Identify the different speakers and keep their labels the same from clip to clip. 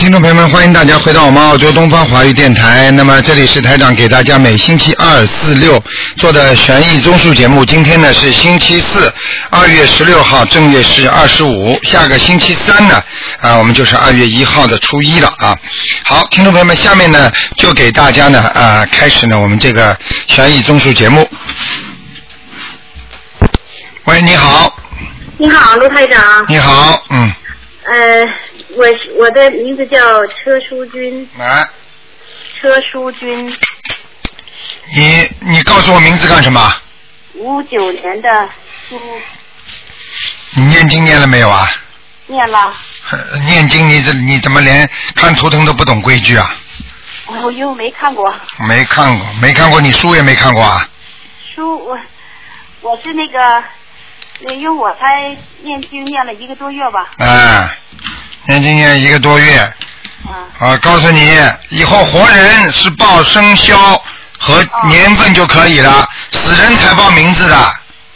Speaker 1: 听众朋友们，欢迎大家回到我们澳洲东方华语电台。那么这里是台长给大家每星期二、四、六做的悬疑综述节目。今天呢是星期四，2月16号，正月是25。下个星期三呢，我们就是2月1号的初一了啊。好，听众朋友们，下面呢就给大家呢开始呢我们这个悬疑综述节目。喂，你好。
Speaker 2: 你好，卢台长。
Speaker 1: 你好，
Speaker 2: 我的名字叫车淑君。车淑君。
Speaker 1: 你告诉我名字干什么
Speaker 2: ？59年的猪。
Speaker 1: 你念经念了没有啊？
Speaker 2: 念了。
Speaker 1: 念经你怎么连看图腾都不懂规矩啊？
Speaker 2: 我又没看过。
Speaker 1: 没看过，你书也没看过啊？
Speaker 2: 书我是那个，因为我才念经念了1个多月吧。
Speaker 1: 念经念1个多月。告诉你，以后活人是报生肖和年份就可以了，死人才报名字的。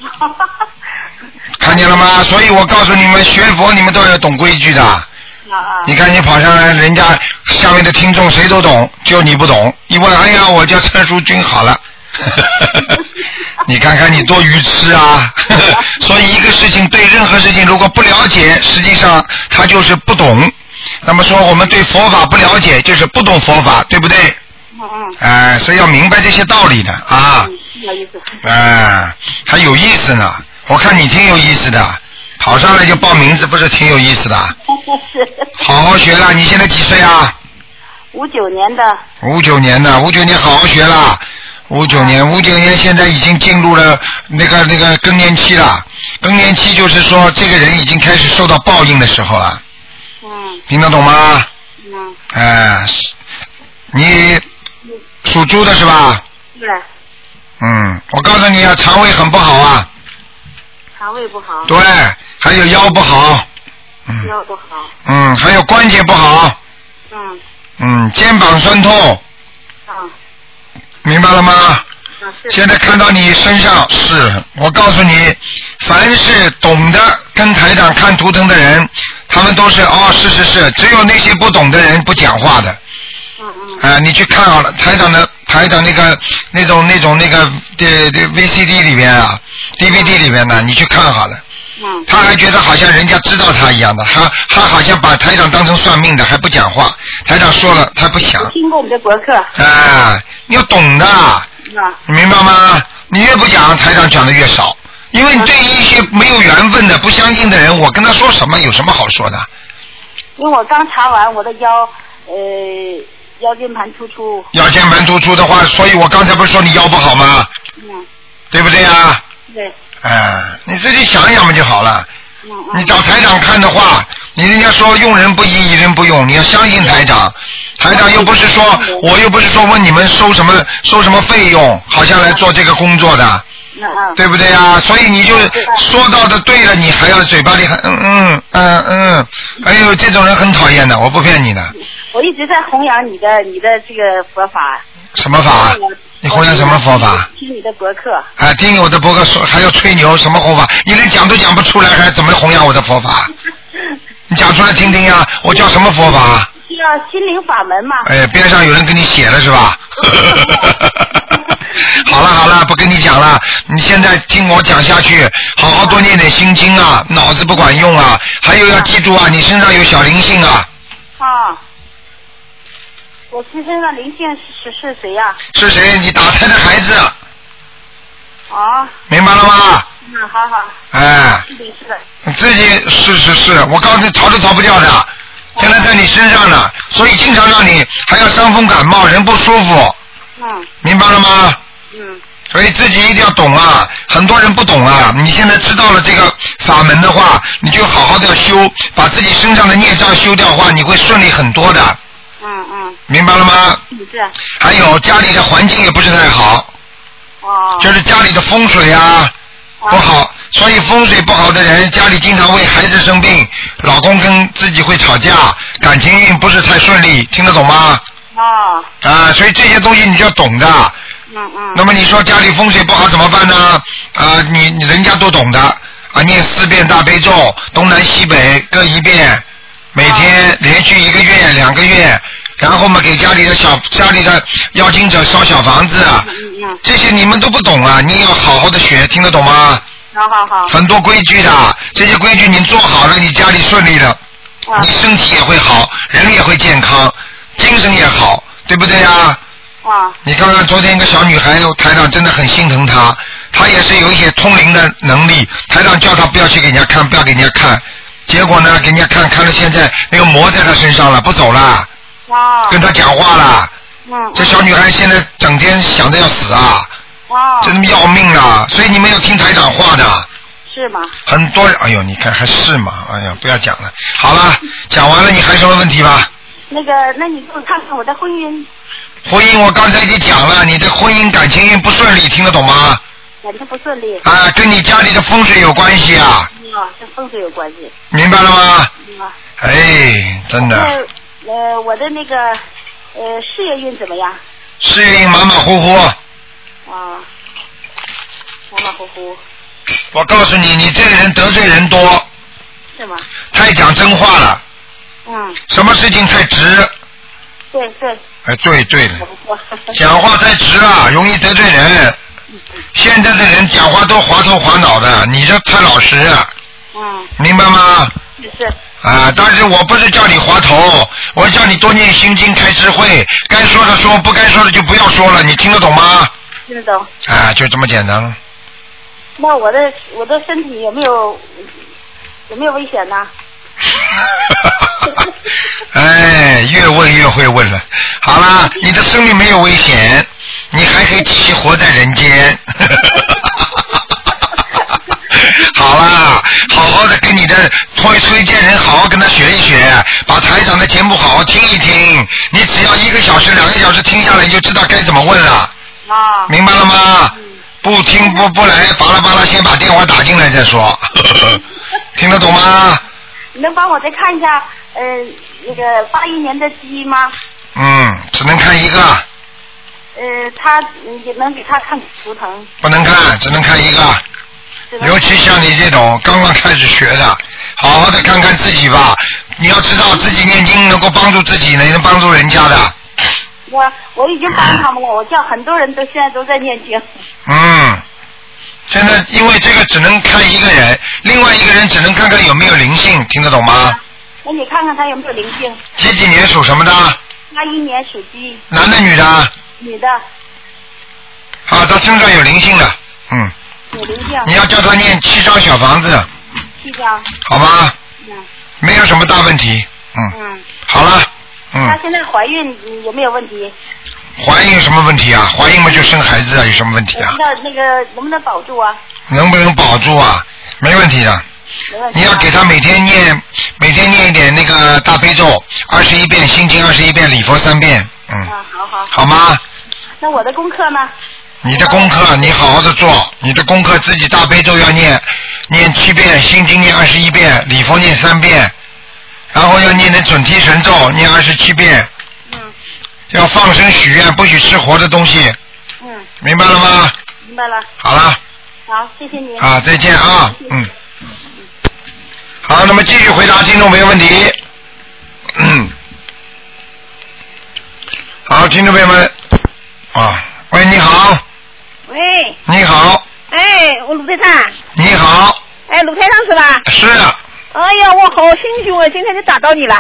Speaker 1: 看见了吗？所以我告诉你们，学佛你们都要懂规矩的。你看你跑上来，人家下面的听众谁都懂，就你不懂。一问，哎呀，我叫陈淑君好了。你看看你多愚痴啊！所以一个事情，对任何事情如果不了解，实际上他就是不懂。那么说我们对佛法不了解，就是不懂佛法，对不对？所以要明白这些道理的啊。
Speaker 2: 有意思。
Speaker 1: 还有意思呢。我看你挺有意思的，跑上来就报名字，不是挺有意思的？
Speaker 2: 是。
Speaker 1: 好好学了，你现在几岁啊
Speaker 2: ？59年的。
Speaker 1: 59年的，59年好好学了。59年现在已经进入了那个更年期了。更年期就是说，这个人已经开始受到报应的时候了。听得懂吗？你属猪的是吧？
Speaker 2: 对。
Speaker 1: 我告诉你啊，肠胃很不好啊。
Speaker 2: 肠胃不好。
Speaker 1: 对，还有腰不好。
Speaker 2: 腰不好。
Speaker 1: 还有关节不好。肩膀酸痛。明白了吗？现在看到你身上我告诉你，凡是懂得跟台长看图腾的人，他们都是是，只有那些不懂的人不讲话的。你去看好了，台长那种VCD 里面啊 ，DVD 里面呢，你去看好了。他还觉得好像人家知道他一样的，他好像把台长当成算命的，还不讲话。台长说了，他不想。
Speaker 2: 听过我们的博客。
Speaker 1: 你要懂的。你明白吗？你越不讲，台长讲的越少。因为你对一些没有缘分的、不相信的人，我跟他说什么，有什么好说的？
Speaker 2: 因为我刚查完我的腰间盘突出。
Speaker 1: 腰间盘突出的话，所以我刚才不是说你腰不好吗？对不对啊？
Speaker 2: 对。
Speaker 1: 你自己想一想嘛就好了。你找台长看的话，人家说用人不疑，疑人不用，你要相信台长。台长又不是说，我又不是说问你们收什么费用，好像来做这个工作的，对不对啊？所以你就说到的对了，你还要嘴巴里哎呦，这种人很讨厌的，我不骗你的。
Speaker 2: 我一直在弘扬你的这个佛法。
Speaker 1: 什么法？你弘扬什么佛法？
Speaker 2: 听你的博客。
Speaker 1: 听我的博客说还要吹牛，什么佛法？你连讲都讲不出来，还怎么弘扬我的佛法？你讲出来听听呀！我叫什么佛法？
Speaker 2: 叫心灵法门嘛。
Speaker 1: 边上有人跟你写了是吧？好了，不跟你讲了。你现在听我讲下去，好好多念点心经啊，脑子不管用啊。还有要记住啊，你身上有小灵性啊。
Speaker 2: 我身上灵性是谁呀？
Speaker 1: 是谁？你打胎的孩子。明白了吗？
Speaker 2: 好。
Speaker 1: 自己是，我告诉你，逃都逃不掉的，现在在你身上呢，所以经常让你还要伤风感冒，人不舒服。明白了吗？所以自己一定要懂啊，很多人不懂啊。你现在知道了这个法门的话，你就好好的修，把自己身上的孽障修掉的话，你会顺利很多的。明白了吗？还有家里的环境也不是太好。就是家里的风水啊不好，所以风水不好的人，家里经常为孩子生病，老公跟自己会吵架，感情运不是太顺利，听得懂吗？所以这些东西你就要懂的。那么你说家里风水不好怎么办呢？你人家都懂的念4遍大悲咒，东南西北各1遍每天连续1个月、2个月，然后嘛给家里的要经者烧小房子，这些你们都不懂啊，你也要好好的学，听得懂吗？
Speaker 2: 好。
Speaker 1: 很多规矩的，这些规矩你做好了，你家里顺利了，你身体也会好，人也会健康，精神也好，对不对呀？你看看昨天一个小女孩，台长真的很心疼她，她也是有一些通灵的能力，台长叫她不要去给人家看，不要给人家看，结果呢给人家看了现在那个魔在她身上了，不走了，跟她讲话了，这小女孩现在整天想着要死啊，真的要命啊，所以你们要听台长话的。
Speaker 2: 是吗？
Speaker 1: 很多人，哎呦，你看还是嘛，哎呀，不要讲了，好了，讲完了，你还有什么问题吧？
Speaker 2: 那你给我看看我的婚姻。
Speaker 1: 婚姻我刚才已经讲了，你的婚姻感情运不顺利，听得懂吗？
Speaker 2: 感情不顺利。
Speaker 1: 啊，跟你家里的风水有关系啊。
Speaker 2: 跟风水有关系。
Speaker 1: 明白了吗？哎，真的。
Speaker 2: 我的那个事业运怎么样？
Speaker 1: 事业运马马虎虎。
Speaker 2: 马马虎虎。
Speaker 1: 我告诉你，你这个人得罪人多。
Speaker 2: 是吗？
Speaker 1: 太讲真话了。什么事情太直。
Speaker 2: 对。
Speaker 1: 哎，对了，讲话太直了，容易得罪人。现在的人讲话都滑头滑脑的，你这太老实。明白吗？
Speaker 2: 是。
Speaker 1: 啊，但是我不是叫你滑头，我叫你多念心经，开智慧，该说的说，不该说的就不要说了，你听得懂吗？
Speaker 2: 听得懂。
Speaker 1: 啊，就这么简单了。
Speaker 2: 那我的身体有没有危险呢？
Speaker 1: 哎，越问越会问了。好啦，你的生命没有危险，你还可以继续活在人间。好啦，好好的跟你的推荐人好好跟他学一学，把台长的节目好好听一听。你只要1个小时、2个小时听下来，你就知道该怎么问了。明白了吗？不听不来，巴拉巴拉，先把电话打进来再说。听得懂吗？
Speaker 2: 你能帮我再看一下那个81年的鸡吗？
Speaker 1: 只能看一个。
Speaker 2: 他也能给他看图腾？
Speaker 1: 不能看，只能看一个。尤其像你这种刚刚开始学的，好好的看看自己吧。你要知道自己念经能够帮助自己，也能帮助人家的。
Speaker 2: 我已经帮他们了，我叫很多人现在都在念经。
Speaker 1: 现在因为这个只能看一个人，另外一个人只能看看有没有灵性，听得懂吗？
Speaker 2: 那你看看他有没有灵性？
Speaker 1: 几年属什么的
Speaker 2: ？81年属鸡。
Speaker 1: 男的女的？
Speaker 2: 女的。
Speaker 1: 好，他身上有灵性的。
Speaker 2: 有灵性。
Speaker 1: 你要叫他念7张小房子。
Speaker 2: 7张。
Speaker 1: 好吗？没有什么大问题。好了。
Speaker 2: 她现在怀孕有没有问题？
Speaker 1: 怀孕有什么问题啊？怀孕嘛就生孩子啊，有什么问题啊？
Speaker 2: 那个能不能保住啊？
Speaker 1: 能不能保住啊？没问题的。你要给他每天念一点那个大悲咒21遍，心经21遍，礼佛3遍。
Speaker 2: 好。
Speaker 1: 好吗？
Speaker 2: 那我的功课呢？
Speaker 1: 你的功课你好好的做，你的功课自己大悲咒要念7遍，心经念21遍，礼佛念3遍，然后要念的准提神咒念27遍。要放生许愿，不许吃活的东西。明白了吗？
Speaker 2: 明白了。
Speaker 1: 好了。
Speaker 2: 好，谢谢你。
Speaker 1: 再见啊。好，那么继续回答听众朋友问题。好，听众朋友们。喂，你好。
Speaker 3: 喂。
Speaker 1: 你好。
Speaker 3: 哎，我卢台长。
Speaker 1: 你好。
Speaker 3: 哎，卢台长是吧？
Speaker 1: 是。
Speaker 3: 哎呀，我好幸运啊，今天就打到你了。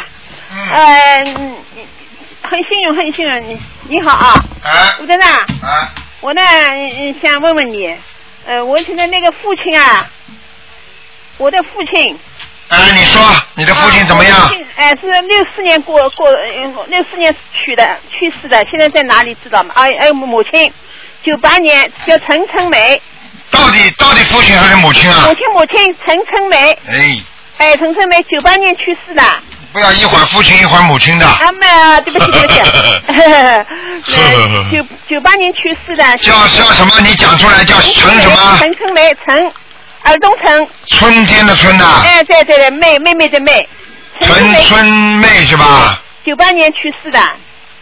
Speaker 3: 很幸运，你好啊，卢台长，我呢想问问你，我现在那个父亲啊，我的父亲，
Speaker 1: 你说你的父亲怎么样？
Speaker 3: 是64年64年去世的，现在在哪里知道吗？母亲98年叫陈春梅。到
Speaker 1: 底父亲还是母亲啊？
Speaker 3: 母亲陈春梅。陈春梅98年去世的。
Speaker 1: 不要一会儿父亲一会儿母亲的。
Speaker 3: 对不起。98年去世的。
Speaker 1: 叫什么？你讲出来，叫陈什么？
Speaker 3: 陈春梅，耳东陈。
Speaker 1: 春天的春呐。
Speaker 3: 对，妹妹的妹。
Speaker 1: 陈春妹是吧
Speaker 3: ？98年去世的。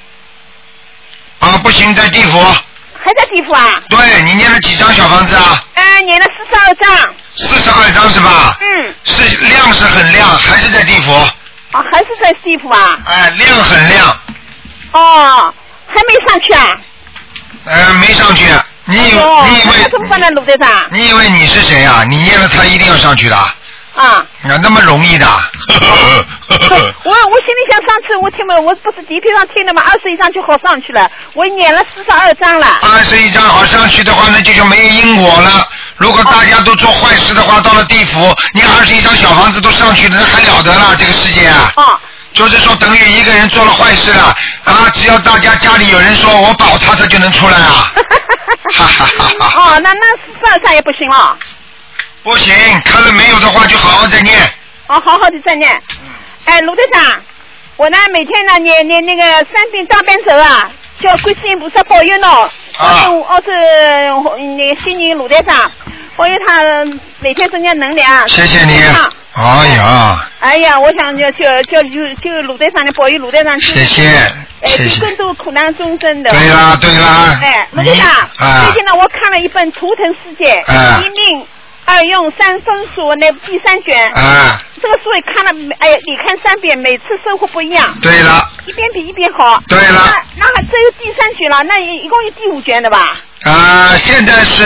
Speaker 1: 不行，在地府。
Speaker 3: 还在地府啊？
Speaker 1: 对，你念了几张小房子啊？
Speaker 3: 念了42张。
Speaker 1: 42张是吧？量是很亮，还是在地府。
Speaker 3: 啊，还是在地府啊？
Speaker 1: 哎，亮很亮。
Speaker 3: 哦，还没上去啊？
Speaker 1: 没上去。你以为
Speaker 3: 怎么办呢，卢队长？
Speaker 1: 你以为你是谁啊？你念了他一定要上去的。
Speaker 3: 啊，
Speaker 1: 那么容易的。
Speaker 3: 我心里想，上次我不是地皮上听的吗？21章就好上去了，我念了42章了。
Speaker 1: 21章好上去的话，那就没有因果了。如果大家都做坏事的话，到了地府，你21张小房子都上去了，那还了得了？这个世界啊！就是说，等于一个人做了坏事了啊，只要大家家里有人说我保他，他就能出来啊！哈哈哈哈！
Speaker 3: 哦，那42章也不行了。
Speaker 1: 不行，看了没有的话，就好好再念。
Speaker 3: 好好的再念。哎，卢队长，我呢每天呢念那个3遍大悲咒啊，叫观世音菩萨保佑呢。我是那个新年卢队长，保佑他每天增加能量。
Speaker 1: 谢谢你。哎
Speaker 3: 呀，我想就卢队长的保佑，卢队长。
Speaker 1: 谢谢。
Speaker 3: 救更多苦难众生的。
Speaker 1: 对啦。
Speaker 3: 哎，卢队长，最近呢我看了一本《图腾世界》，一命2用3分书那第3卷。这个书也看了，你看3遍，每次收获不一样。
Speaker 1: 对了。
Speaker 3: 一遍比一遍好。
Speaker 1: 对了。
Speaker 3: 那这有第3卷了，那一共有第5卷的吧？
Speaker 1: 现在是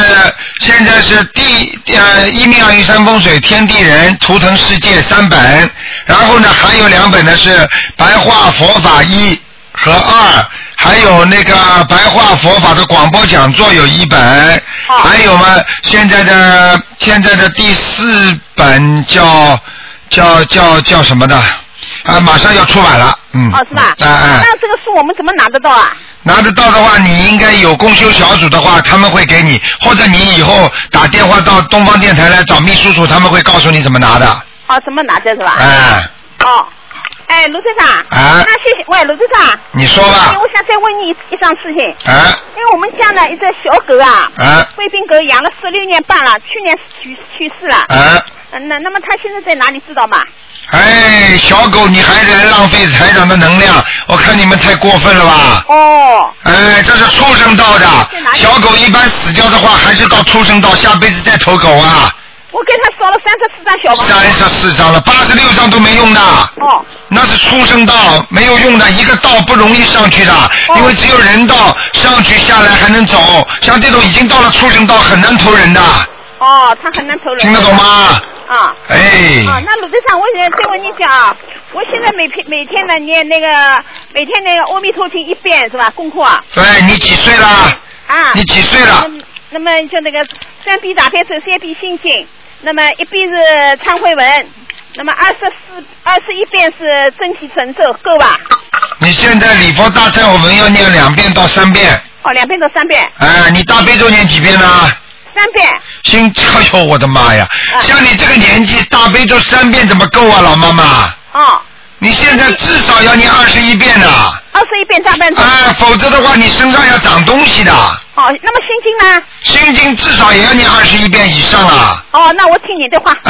Speaker 1: 一命2用3风水天地人图腾世界3本，然后呢还有2本呢是白话佛法1和2，还有那个白话佛法的广播讲座有1本，还有嘛现在的第4本叫什么的马上要出版了。
Speaker 3: 是吧？那这个书我们怎么拿得到啊？
Speaker 1: 拿得到的话，你应该有公修小组的话，他们会给你，或者你以后打电话到东方电台来找秘书处，他们会告诉你怎么拿的。
Speaker 3: 怎么拿的是吧？卢队长。那谢谢。喂，卢队长。
Speaker 1: 你说吧。
Speaker 3: 我想再问你一桩事情。因为我们家呢一只小狗贵宾狗养了16年半了，去年去世了。那么它现在在哪里知道吗？
Speaker 1: 小狗你还在浪费台长的能量，我看你们太过分了吧。这是畜生道的，小狗一般死掉的话还是到畜生道，下辈子再投狗啊。
Speaker 3: 我给他烧了34张小房子。
Speaker 1: 34张了，86张都没用的。那是畜生道，没有用的，一个道不容易上去的，因为只有人道上去下来还能走，像这种已经到了畜生道很难投人的。
Speaker 3: 他很难投人。
Speaker 1: 听得懂吗？
Speaker 3: 那鲁队长，我再问你讲，我现在每天呢念那个阿弥陀经1遍是吧？功课。
Speaker 1: 对，你几岁了？你几岁了？
Speaker 3: 那么就那个3遍大悲咒，3遍心经，那么1遍是忏悔文，那么21遍是真气神咒，够吧？
Speaker 1: 你现在礼佛大忏悔文要念2遍到3遍。
Speaker 3: 2遍到3遍。
Speaker 1: 你大悲咒念几遍呢
Speaker 3: ？3遍。
Speaker 1: 哎呦，我的妈呀！像你这个年纪，大悲咒3遍怎么够啊，老妈妈？你现在至少要念21遍呢。
Speaker 3: 21遍大悲咒。
Speaker 1: 否则的话，你身上要长东西的。
Speaker 3: 那么心经呢？
Speaker 1: 心经至少也要念21遍以上啊。
Speaker 3: 那我听你的话。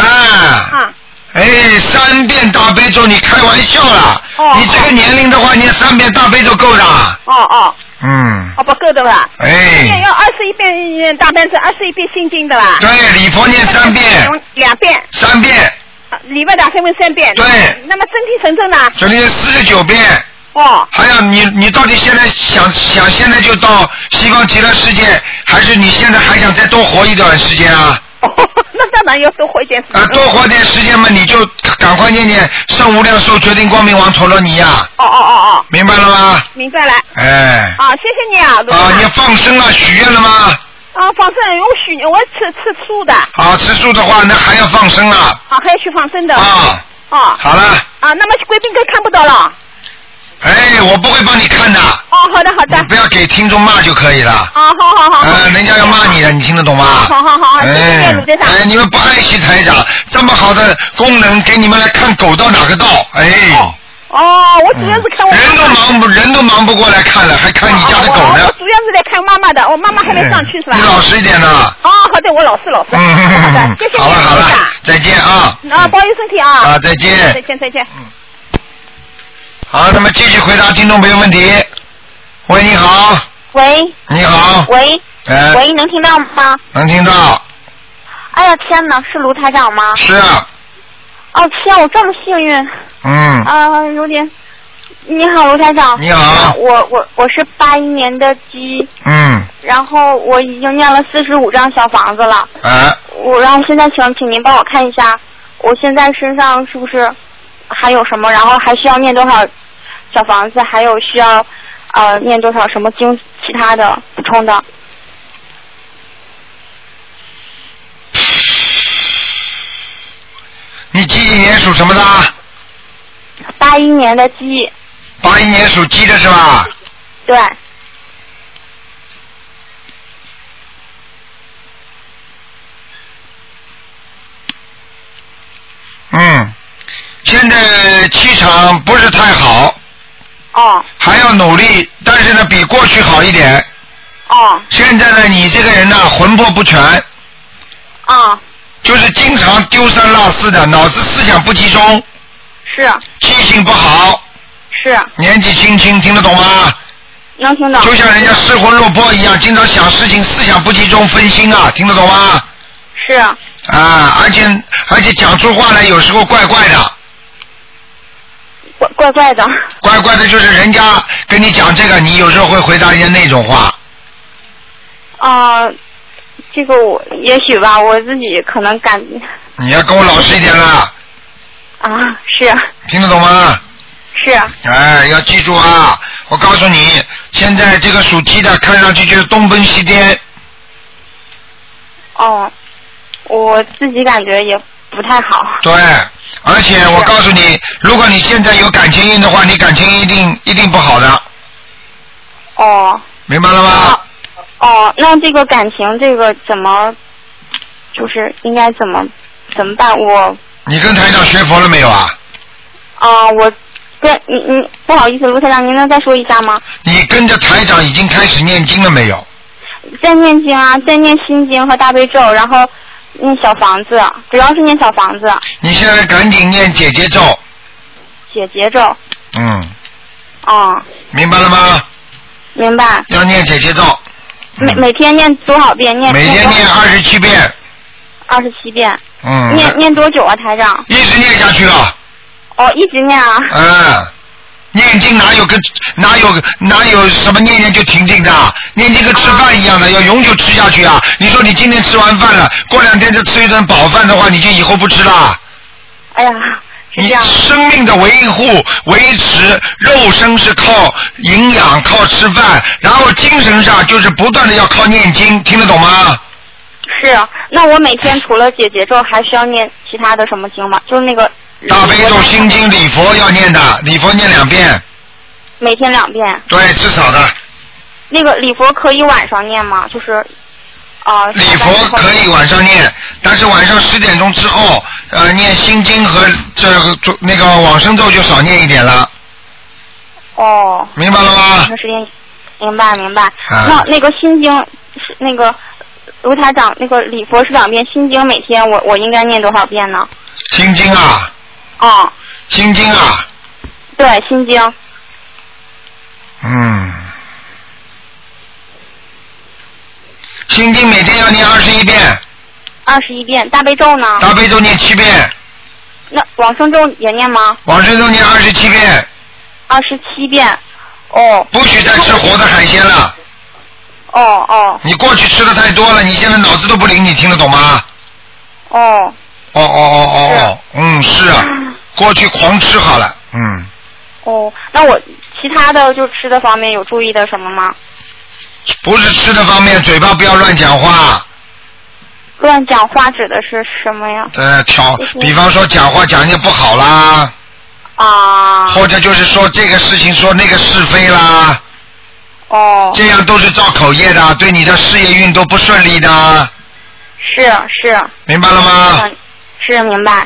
Speaker 1: 3遍大悲咒，你开玩笑了？你这个年龄的话，念3遍大悲咒够的。不够的吧？要21遍大悲咒，21遍心经的吧？对，礼佛念3遍。
Speaker 3: 2遍。
Speaker 1: 3遍。
Speaker 3: 礼拜大忏悔3遍。
Speaker 1: 对。
Speaker 3: 那么真题神咒呢？
Speaker 1: 真题49遍。还有你到底现在想现在就到西方极乐世界，还是你现在还想再多活一段时间啊？
Speaker 3: 那当然要多活一点时间。
Speaker 1: 多活点时间嘛，你就赶快念圣无量寿决定光明王陀罗尼呀。明白了吗？
Speaker 3: 明白了。谢谢你啊。
Speaker 1: 你放生了，许愿了吗？
Speaker 3: 放生我吃素的。
Speaker 1: 吃素的话，那还要放生啊。
Speaker 3: 还要去放生的。
Speaker 1: 好了。
Speaker 3: 那么贵宾哥看不到了。
Speaker 1: 我不会帮你看的。
Speaker 3: 好的。
Speaker 1: 你不要给听众骂就可以了。
Speaker 3: 好。
Speaker 1: 人家要骂你的，你听得懂吗？
Speaker 3: 好。谢谢鲁队长。
Speaker 1: 你们不爱惜台长，这么好的功能给你们来看狗到哪个道？
Speaker 3: 我主要是看我
Speaker 1: 人都忙不过来看了，还看你家的狗呢。
Speaker 3: 我主要是在看妈妈的，我妈妈还没上去是吧？
Speaker 1: 你老实一点呢。
Speaker 3: 好的，我老实。好的，谢谢你。
Speaker 1: 好了，再见啊。
Speaker 3: 保佑身体啊。
Speaker 1: 再见。
Speaker 3: 再见。
Speaker 1: 好，那么继续回答听众朋友问题。喂，你好。
Speaker 4: 喂。
Speaker 1: 你好。
Speaker 4: 喂。喂，能听到吗？
Speaker 1: 能听到。
Speaker 4: 哎呀，天哪，是卢台长吗？
Speaker 1: 是啊。
Speaker 4: 哦，天，我这么幸运。有点。你好，卢台长。
Speaker 1: 你好。
Speaker 4: 我是81年的鸡。然后我已经念了45张小房子了。然后现在请您帮我看一下，我现在身上是不是还有什么？然后还需要念多少小房子？还有需要念多少什么经其他的补充的？
Speaker 1: 你几年属什么的
Speaker 4: ？81年的鸡。
Speaker 1: 81年属鸡的是吧？
Speaker 4: 对。
Speaker 1: 现在气场不是太好。还要努力，但是呢，比过去好一点。现在呢，你这个人呢，魂魄不全。就是经常丢三落四的，脑子思想不集中。
Speaker 4: 是。
Speaker 1: 记性不好。
Speaker 4: 是。
Speaker 1: 年纪轻轻，听得懂吗？
Speaker 4: 能听懂。
Speaker 1: 就像人家失魂落魄一样，经常想事情，思想不集中，分心啊，听得懂吗？
Speaker 4: 是。
Speaker 1: 而且讲出话来有时候怪怪的。
Speaker 4: 怪怪的。
Speaker 1: 怪怪的，就是人家跟你讲这个，你有时候会回答人家那种话。
Speaker 4: 这个我也许吧，我自己可能感觉。
Speaker 1: 你要跟我老实一点了。
Speaker 4: 是。
Speaker 1: 听得懂吗？
Speaker 4: 是。
Speaker 1: 要记住啊！我告诉你，现在这个属鸡的看上去就是东奔西颠。
Speaker 4: 我自己感觉也不太好。
Speaker 1: 对，而且我告诉你，如果你现在有感情运的话，你感情一定不好的。明白了吗？
Speaker 4: 那这个感情这个怎么，就是应该怎么办？
Speaker 1: 你跟台长学佛了没有啊？
Speaker 4: 我跟你不好意思，卢台长，您能再说一下吗？
Speaker 1: 你跟着台长已经开始念经了没有？
Speaker 4: 在念经啊，在念心经和大悲咒，然后念小房子，主要是念小房子。
Speaker 1: 你现在赶紧念姐姐咒。
Speaker 4: 姐姐咒。
Speaker 1: 明白了吗？
Speaker 4: 明白。
Speaker 1: 要念姐姐咒。
Speaker 4: 每天念多少遍？
Speaker 1: 每天念27遍。
Speaker 4: 27遍。念多久啊，台长？
Speaker 1: 一直念下去了。
Speaker 4: 一直念啊。
Speaker 1: 念经哪有什么念就停的？念经跟吃饭一样的，要永久吃下去啊！你说你今天吃完饭了，过2天再吃一顿饱饭的话，你就以后不吃了。
Speaker 4: 哎呀，是这样。
Speaker 1: 生命的维持，肉身是靠营养，靠吃饭，然后精神上就是不断的要靠念经，听得懂吗？
Speaker 4: 是。那我每天除了姐姐咒，还需要念其他的什么经吗？就是那个。
Speaker 1: 大悲咒、心经、礼佛要念的，礼佛念2遍。
Speaker 4: 每天2遍。
Speaker 1: 对，至少的。
Speaker 4: 那个礼佛可以晚上念吗？就是
Speaker 1: 礼佛可以晚上念，但是晚上10点钟之后，念心经和这个那个往生咒就少念一点了。明白了吗？
Speaker 4: 明白。那个心经是那个卢台长，那个礼佛是2遍，心经每天我应该念多少遍呢？
Speaker 1: 心经啊。心经啊。
Speaker 4: 对，心经。
Speaker 1: 心经每天要念21遍。
Speaker 4: 21遍，大悲咒呢？
Speaker 1: 大悲咒念7遍。
Speaker 4: 那往生咒也念吗？
Speaker 1: 往生咒念27遍。
Speaker 4: 27遍。
Speaker 1: 不许再吃活的海鲜了。你过去吃的太多了，你现在脑子都不灵，你听得懂吗？是啊，过去狂吃好了。
Speaker 4: 那我其他的就吃的方面有注意的什么吗？
Speaker 1: 不是吃的方面，嘴巴不要乱讲话。
Speaker 4: 乱讲话指的是什么呀？
Speaker 1: 比方说讲话讲的不好啦。或者就是说这个事情说那个是非啦。这样都是造口业的，对你的事业运都不顺利的。
Speaker 4: 是。
Speaker 1: 明白了吗？
Speaker 4: 是明白。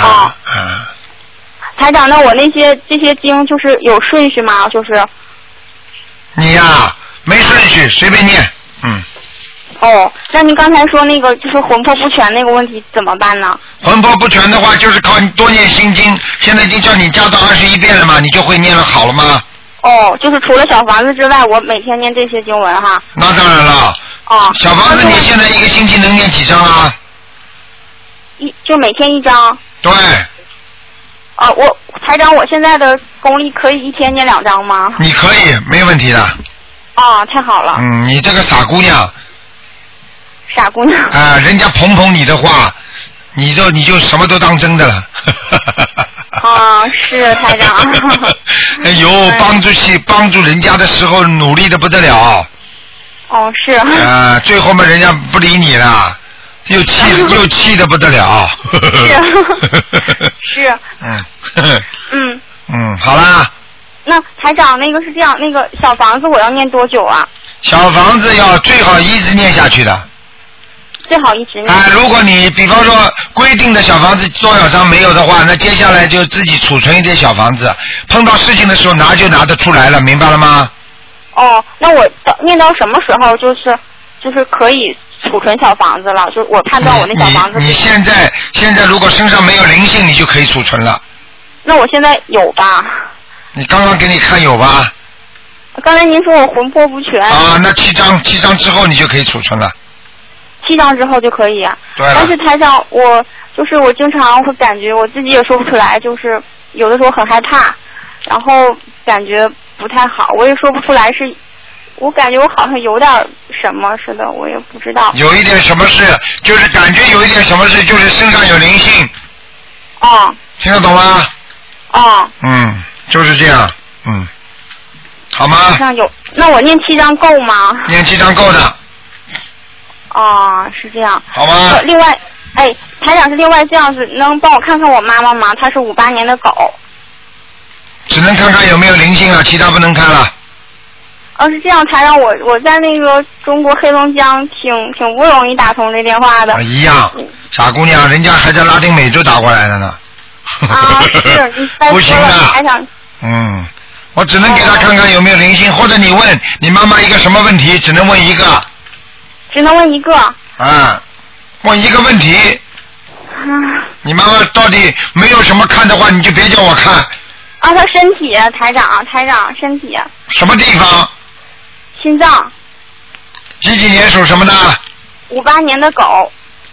Speaker 4: 台长，那我这些经就是有顺序吗？就是。
Speaker 1: 你呀，没顺序，随便念。
Speaker 4: 那您刚才说那个就是魂魄不全那个问题怎么办呢？
Speaker 1: 魂魄不全的话，就是靠你多念心经。现在已经叫你加到21遍了嘛，你就会念了好了吗？
Speaker 4: 就是除了小房子之外，我每天念这些经文哈。
Speaker 1: 那当然了。小房子你现在1个星期能念几张啊？
Speaker 4: 就每天1张。
Speaker 1: 对。
Speaker 4: 台长，我现在的功力可以一天念2张吗？
Speaker 1: 你可以，没问题的。
Speaker 4: 太好了。
Speaker 1: 你这个傻姑娘。
Speaker 4: 傻姑娘。
Speaker 1: 人家捧你的话，你就什么都当真的了。
Speaker 4: 是台长。
Speaker 1: 哎呦，帮助人家的时候努力的不得了。
Speaker 4: 是。
Speaker 1: 最后嘛，人家不理你了。又气的不得了。
Speaker 4: 是。
Speaker 1: 好啦。
Speaker 4: 那台长，那个是这样，那个小房子我要念多久啊？
Speaker 1: 小房子要最好一直念下去的。
Speaker 4: 最好一直念。
Speaker 1: 如果你比方说规定的小房子多少张没有的话，那接下来就自己储存一点小房子，碰到事情的时候拿就拿得出来了，明白了吗？
Speaker 4: 那我念到什么时候就是可以储存小房子了？就我判断我那小房子。
Speaker 1: 你现在如果身上没有灵性，你就可以储存了。
Speaker 4: 那我现在有吧？
Speaker 1: 你刚刚给你看有吧？
Speaker 4: 刚才您说我魂魄不全。
Speaker 1: 那7张之后你就可以储存了。
Speaker 4: 7张之后就可以啊。
Speaker 1: 对了。
Speaker 4: 但是台长，我经常会感觉我自己也说不出来，就是有的时候很害怕，然后感觉不太好，我也说不出来是。我感觉我好像有点什么似的，我也不知道。
Speaker 1: 有一点什么事，就是感觉有一点什么事，就是身上有灵性。听得懂吗？就是这样。好吗？
Speaker 4: 身上有，那我念7张够吗？
Speaker 1: 念7张够的。
Speaker 4: 是这样。
Speaker 1: 好吗？
Speaker 4: 另外，台长是另外这样子，能帮我看看我妈妈吗？她是58年的狗。
Speaker 1: 只能看看有没有灵性了，其他不能看了。
Speaker 4: 是这样，台长，我在那个中国黑龙江挺不容易打通这电话的。
Speaker 1: 一样，傻姑娘，人家还在拉丁美洲打过来的呢。
Speaker 4: 是，你
Speaker 1: 不行的。
Speaker 4: 台长。
Speaker 1: 我只能给他看看有没有灵性，或者你问你妈妈一个什么问题，只能问一个。
Speaker 4: 只能问一个。
Speaker 1: 问一个问题。你妈妈到底没有什么看的话，你就别叫我看。
Speaker 4: 她身体，台长身体。
Speaker 1: 什么地方？
Speaker 4: 心脏。
Speaker 1: 几年属什么的
Speaker 4: ？58年的狗。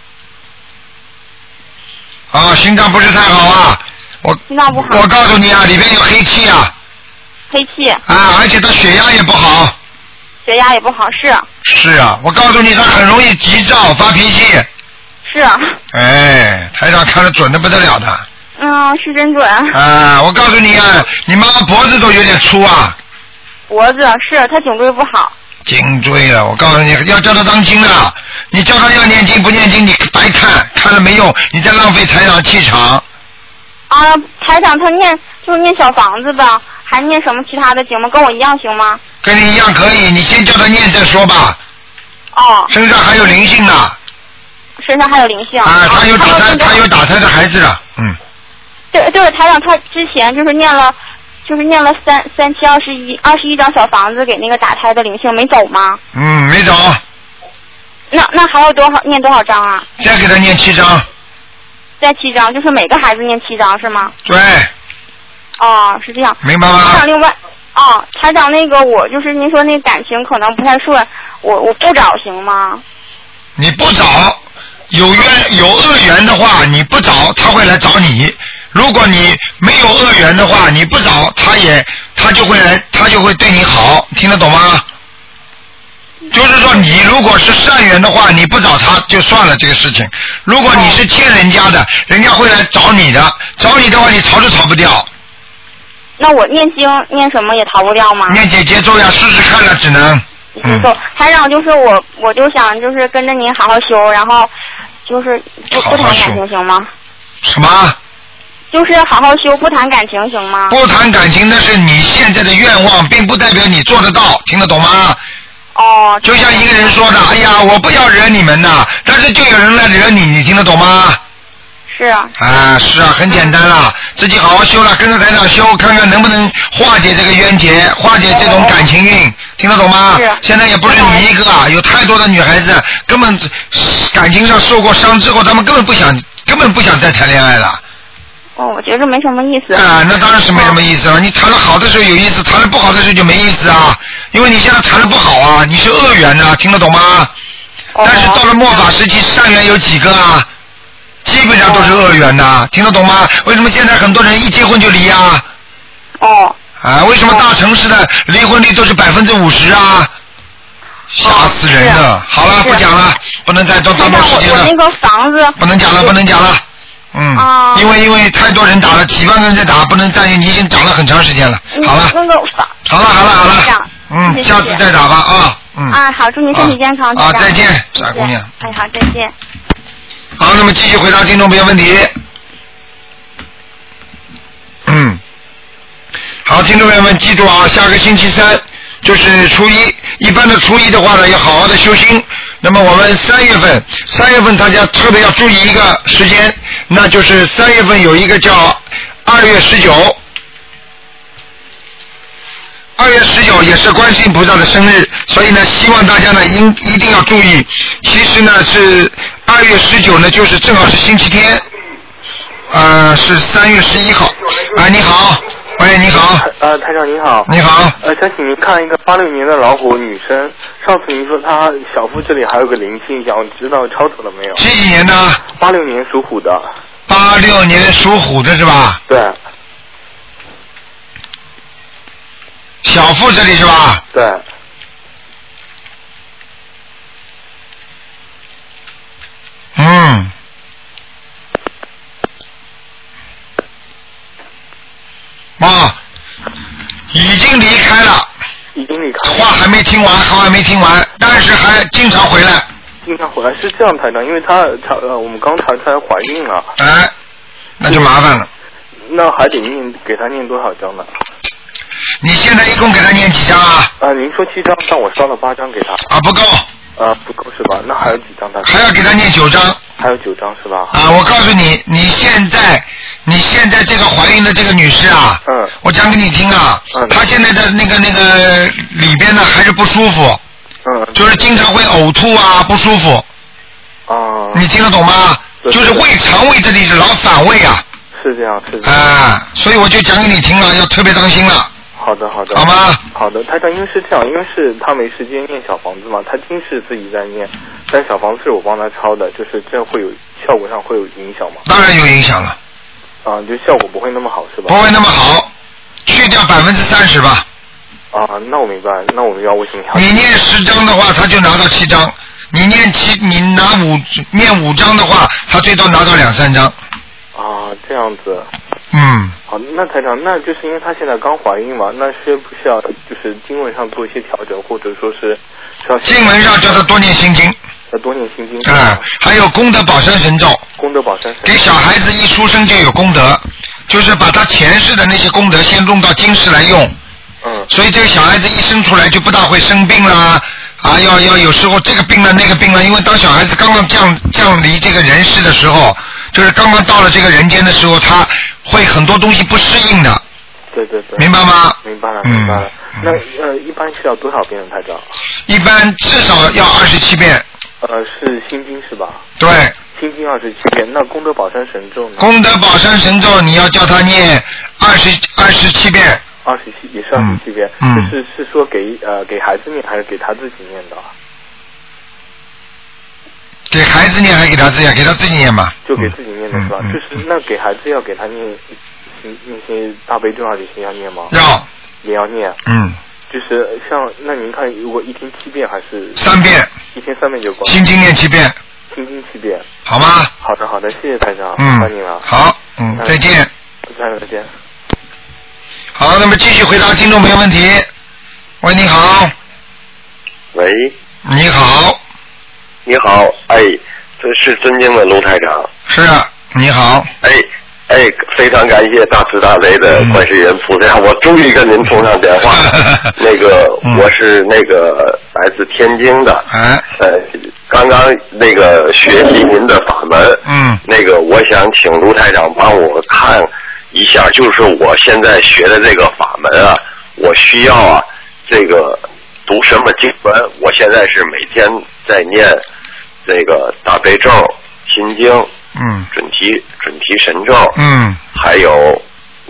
Speaker 1: 心脏不是太好啊。
Speaker 4: 心脏不好。
Speaker 1: 我告诉你啊，里面有黑气啊。
Speaker 4: 黑气。
Speaker 1: 而且他血压也不好。
Speaker 4: 血压也不好，是。
Speaker 1: 是啊，我告诉你，他很容易急躁发脾气。
Speaker 4: 是。
Speaker 1: 台长看得准得不得了的。
Speaker 4: 是真准。
Speaker 1: 我告诉你啊，你妈妈脖子都有点粗啊。
Speaker 4: 脖子是，她颈椎不好。
Speaker 1: 颈椎了，我告诉你，要叫她当心了。你叫她要念经不念经，你白看了没用，你在浪费台长气场。
Speaker 4: 台长他就是念小房子的，还念什么其他的经吗？跟我一样行吗？
Speaker 1: 跟你一样可以，你先叫他念再说吧。身上还有灵性呢。身上还有灵性。他有打胎的孩子了，
Speaker 4: 对，台长他之前就是念了3721张小房子给那个打胎的灵性没走吗？
Speaker 1: 没走。
Speaker 4: 那还要念多少张啊？
Speaker 1: 再给他念7张。
Speaker 4: 再7张，就是每个孩子念7张是吗？
Speaker 1: 对。
Speaker 4: 是这样。
Speaker 1: 明白吗？
Speaker 4: 台长，另外，台长那个我就是您说那感情可能不太顺，我不找行吗？
Speaker 1: 你不找，有恶缘的话，你不找他会来找你。如果你没有恶缘的话，你不找他就会来，他就会对你好，听得懂吗？就是说你如果是善缘的话，你不找他就算了这个事情。如果你是欠人家的，人家会来找你的，找你的话你逃都逃不掉。
Speaker 4: 那我念经念什么也逃不掉吗？
Speaker 1: 念姐姐咒呀，试试看了，只能。
Speaker 4: 台长，就是我就想就是跟着您好好修，然后就是不谈感情行吗？
Speaker 1: 什么？
Speaker 4: 就是好好修，不谈感情行吗？
Speaker 1: 不谈感情那是你现在的愿望，并不代表你做得到，听得懂吗？就像一个人说的，哎呀，我不要惹你们呐，但是就有人来惹你，你听得懂吗？
Speaker 4: 是啊。
Speaker 1: 是啊，很简单啦，自己好好修了，跟着台长修，看看能不能化解这个冤结，化解这种感情运，听得懂吗？
Speaker 4: 是。
Speaker 1: 现在也不是你一个，有太多的女孩子根本感情上受过伤之后，她们根本不想再谈恋爱了。
Speaker 4: 我觉得没什么意思。
Speaker 1: 那当然是没什么意思了。你谈了好的时候有意思，谈了不好的时候就没意思啊。因为你现在谈的不好啊，你是恶缘啊，听得懂吗？但是到了末法时期，善缘有几个啊？基基本上都是恶缘呐，听得懂吗？为什么现在很多人一结婚就离啊？
Speaker 4: 哦。
Speaker 1: 啊，为什么大城市的离婚率都是50%啊？吓死人了！好了，不讲了，不能再多耽误时间了。
Speaker 4: 我那个房子。
Speaker 1: 不能讲了，不能讲了。因为太多人打了，几万个人在打，不能再，你已经讲了很长时间了。好了。好了。下次再打吧啊。
Speaker 4: 好，祝您身体健康。
Speaker 1: 再见，傻姑娘。
Speaker 4: 哎，好，再见。
Speaker 1: 好，那么继续回答听众朋友问题。好，听众朋友们记住啊，下个星期三就是初一，一般的初一的话呢，要好好的修心。那么我们3月份大家特别要注意一个时间，那就是3月份有一个叫2月19。2月19也是观世音菩萨的生日，所以呢，希望大家呢一定要注意。其实呢是2月19呢，就是正好是星期天，是3月11号。你好，喂，你好。
Speaker 5: 台长你好。
Speaker 1: 你好。
Speaker 5: 想请您看一个86年的老虎女生，上次您说她小腹这里还有个灵性，想知道超走了没有？
Speaker 1: 几年的
Speaker 5: ？86年属虎的。
Speaker 1: 86年属虎的是吧？
Speaker 5: 对。
Speaker 1: 小腹这里是吧？
Speaker 5: 对。
Speaker 1: 已经离开了。
Speaker 5: 已经离开了。
Speaker 1: 话还没听完，但是还经常回来。
Speaker 5: 经常回来是这样，台长，因为我们刚查出来怀孕了。
Speaker 1: 那就麻烦了。
Speaker 5: 那还得给她念多少章呢？
Speaker 1: 你现在一共给他念几张啊？
Speaker 5: 您说7张，但我烧了8张给他。
Speaker 1: 不够。
Speaker 5: 不够是吧？那还有几张他？
Speaker 1: 还要给他念9张。
Speaker 5: 还有9张是吧？
Speaker 1: 我告诉你，你现在这个怀孕的这个女士啊，我讲给你听啊，她现在的那个里边呢还是不舒服，就是经常会呕吐啊，不舒服。你听得懂吗？就是肠胃这里是老反胃啊。
Speaker 5: 是这样。
Speaker 1: 所以我就讲给你听了，要特别当心了。
Speaker 5: 好的。
Speaker 1: 好吗？
Speaker 5: 好的，台长，因为是这样，因为是他没时间念小房子嘛，他经是自己在念，但小房子是我帮他抄的，就是这会有效果上会有影响吗？
Speaker 1: 当然有影响了。
Speaker 5: 就效果不会那么好是吧？
Speaker 1: 不会那么好，去掉30%吧。
Speaker 5: 那我明白，那我们要为什么要？
Speaker 1: 你念10张的话，他就拿到7张；你念5张的话，他最多拿到2-3张。
Speaker 5: 这样子。好，那台长，那就是因为她现在刚怀孕嘛，那需不需要就是经文上做一些调整，或者说是
Speaker 1: 经文上叫她多念心经。
Speaker 5: 要多念心经。
Speaker 1: 还有功德宝山神咒。
Speaker 5: 功德宝山神咒。
Speaker 1: 给小孩子一出生就有功德，就是把他前世的那些功德先用到今世来用。所以这个小孩子一生出来就不大会生病啦。要有时候这个病了那个病了，因为当小孩子刚刚降离这个人世的时候，就是刚刚到了这个人间的时候，他会很多东西不适应的。
Speaker 5: 对。
Speaker 1: 明白吗？
Speaker 5: 明白了。那一般是要多少遍的台长？
Speaker 1: 一般至少要27遍。
Speaker 5: 是心经是吧？
Speaker 1: 对。
Speaker 5: 心经27遍，那功德宝山神咒呢？
Speaker 1: 功德宝山神咒你要叫他念27遍。
Speaker 5: 27也是27遍。是说给孩子念还是给他自己念的？
Speaker 1: 给孩子念还是给他自己念？给他自己念嘛。
Speaker 5: 就给自己念的是吧？就是那给孩子要给他念那些大悲咒这些要念吗？也要念。就是像那您看，如果一天7遍还是
Speaker 1: 3遍？
Speaker 5: 一天3遍就够。
Speaker 1: 心经念7遍。
Speaker 5: 心经7遍。
Speaker 1: 好吗？
Speaker 5: 好的，谢谢台长，麻烦您了。
Speaker 1: 好，再见。
Speaker 5: 再见。
Speaker 1: 好，那么继续回答听众朋友问题。喂，你好。
Speaker 6: 喂。
Speaker 1: 你好。
Speaker 6: 你好，这是尊敬的卢台长。
Speaker 1: 是啊，你好。
Speaker 6: 非常感谢大慈大悲的观世音菩萨，我终于跟您通上电话。我是来自天津的。刚刚学习您的法门。我想请卢台长帮我看一下，就是我现在学的这个法门啊，我需要读什么经文？我现在是每天在念大悲咒、心经。准提神咒，还有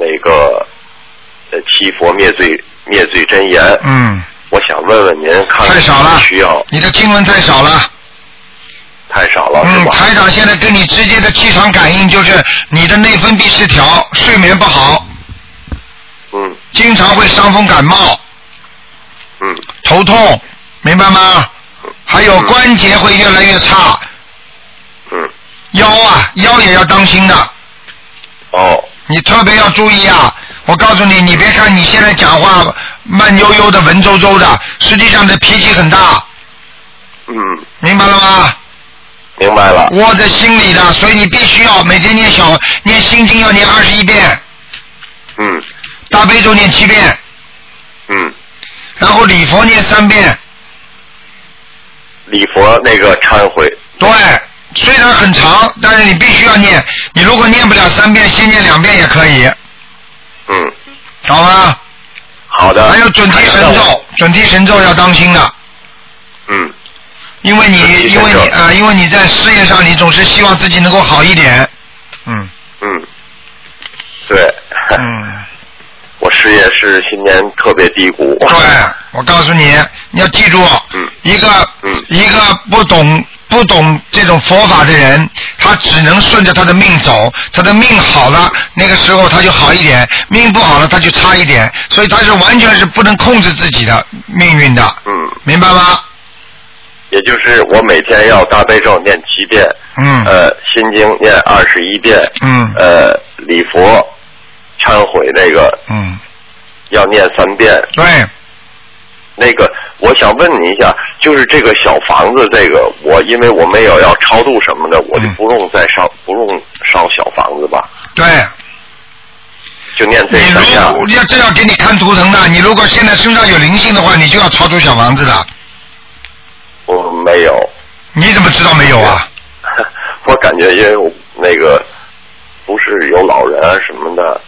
Speaker 6: 七佛灭罪真言，我想问问您，看
Speaker 1: 太少了，
Speaker 6: 需要
Speaker 1: 你的经文太少了，
Speaker 6: 太少了，是吧？
Speaker 1: 台长现在跟你直接的气场感应，就是你的内分泌失调，睡眠不好，经常会伤风感冒，头痛，明白吗？还有关节会越来越差，腰也要当心的。你特别要注意啊！我告诉你，你别看你现在讲话慢悠悠的、文绉绉的，实际上的脾气很大。明白了吗？
Speaker 6: 明白了。
Speaker 1: 窝在心里的，所以你必须要每天念心经要念21遍。大悲咒念7遍。然后礼佛念3遍。
Speaker 6: 礼佛那个忏悔。
Speaker 1: 对，虽然很长，但是你必须要念。你如果念不了3遍，先念2遍也可以。好吗？
Speaker 6: 好的。
Speaker 1: 还有准提神咒，准提神咒要当心的。因为你在事业上，你总是希望自己能够好一点。
Speaker 6: 对。我事业是今年特别低谷。
Speaker 1: 对，我告诉你，你要记住，一个不懂这种佛法的人，他只能顺着他的命走，他的命好了，那个时候他就好一点；命不好了，他就差一点。所以他是完全是不能控制自己的命运的。明白吗？
Speaker 6: 也就是我每天要大悲咒念7遍，心经念21遍，礼佛忏悔那个，要念3遍。
Speaker 1: 对。
Speaker 6: 那个，我想问你一下，就是这个小房子，这个因为我没有要超度什么的，我就不用烧小房子吧？
Speaker 1: 对。
Speaker 6: 就念这3样。
Speaker 1: 这要给你看图腾的，你如果现在身上有灵性的话，你就要超度小房子的。
Speaker 6: 我没有。
Speaker 1: 你怎么知道没有啊？
Speaker 6: 我感觉因为那个不是有老人啊什么的。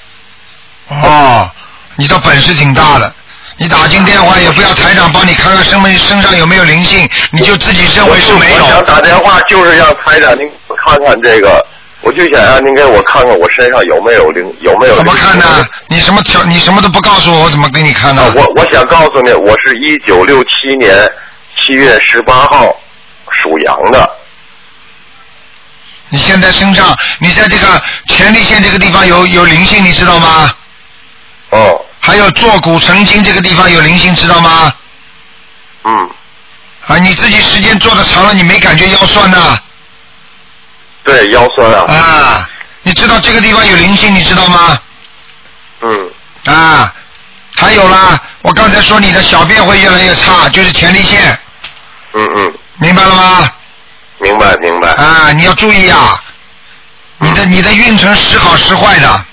Speaker 1: 你的本事挺大的。你打进电话也不要台长帮你看看身上有没有灵性，你就自己认为是没有。
Speaker 6: 我想打电话就是让台长您看看这个，我就想让您给我看看我身上有没有灵性。
Speaker 1: 怎么看呢？你什么都不告诉我，我怎么给你看呢？
Speaker 6: 我想告诉你，我是1967年7月18号属羊的。
Speaker 1: 你现在身上，你在这个前列腺这个地方有灵性，你知道吗？还有坐骨神经这个地方有灵性，知道吗？你自己时间坐的长了，你没感觉腰酸呢？
Speaker 6: 对，腰酸啊。
Speaker 1: 你知道这个地方有灵性，你知道吗？还有啦，我刚才说你的小便会越来越差，就是前列腺。明白了吗？
Speaker 6: 明白。
Speaker 1: 你要注意啊，你的运程时好时坏的。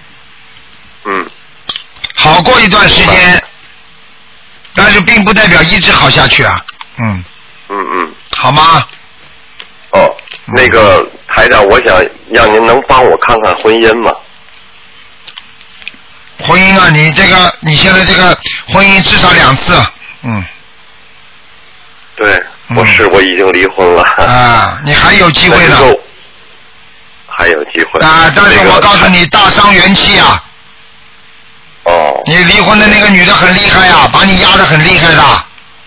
Speaker 1: 好过一段时间，但是并不代表一直好下去啊。好吗？
Speaker 6: 那个台长，我想让您能帮我看看婚姻吗？
Speaker 1: 婚姻啊，你现在这个婚姻至少2次。
Speaker 6: 对，我已经离婚了。
Speaker 1: 你还有机会呢。
Speaker 6: 还有机会。
Speaker 1: 但是我告诉你，大伤元气啊。你离婚的那个女的很厉害啊，把你压得很厉害的。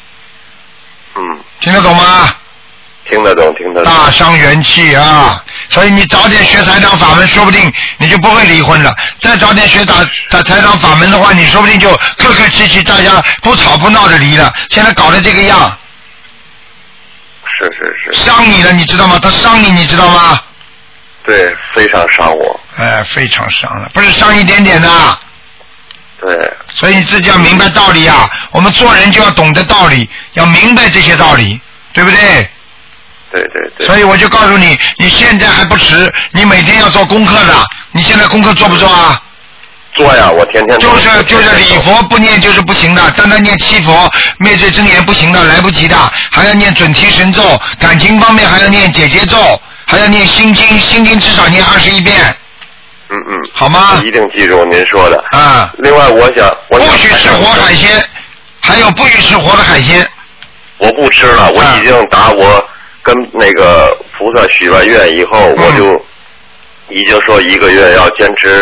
Speaker 1: 听得懂吗？
Speaker 6: 听得懂。
Speaker 1: 大伤元气啊，所以你早点学台长法门，说不定你就不会离婚了。再早点学台长法门的话，你说不定就客客气气，大家不吵不闹的离了。现在搞得这个样。
Speaker 6: 是。
Speaker 1: 伤你了，你知道吗？他伤你，你知道吗？
Speaker 6: 对，非常伤我。
Speaker 1: 非常伤了，不是伤一点点的。
Speaker 6: 对。
Speaker 1: 所以你自己要明白道理啊！我们做人就要懂得道理，要明白这些道理，对不对？
Speaker 6: 对。
Speaker 1: 所以我就告诉你，你现在还不迟，你每天要做功课的。你现在功课做不做啊？
Speaker 6: 做呀，我天天。
Speaker 1: 就是礼佛不念就是不行的，单单念7佛灭罪真言不行的，来不及的，还要念准提神咒，感情方面还要念解结咒，还要念心经，心经至少念21遍。好吗？
Speaker 6: 一定记住您说的。另外，我想
Speaker 1: 不许吃活海鲜，还有不许吃活的海鲜。
Speaker 6: 我不吃了，我已经我跟那个菩萨许完愿以后，我就已经说1个月要坚持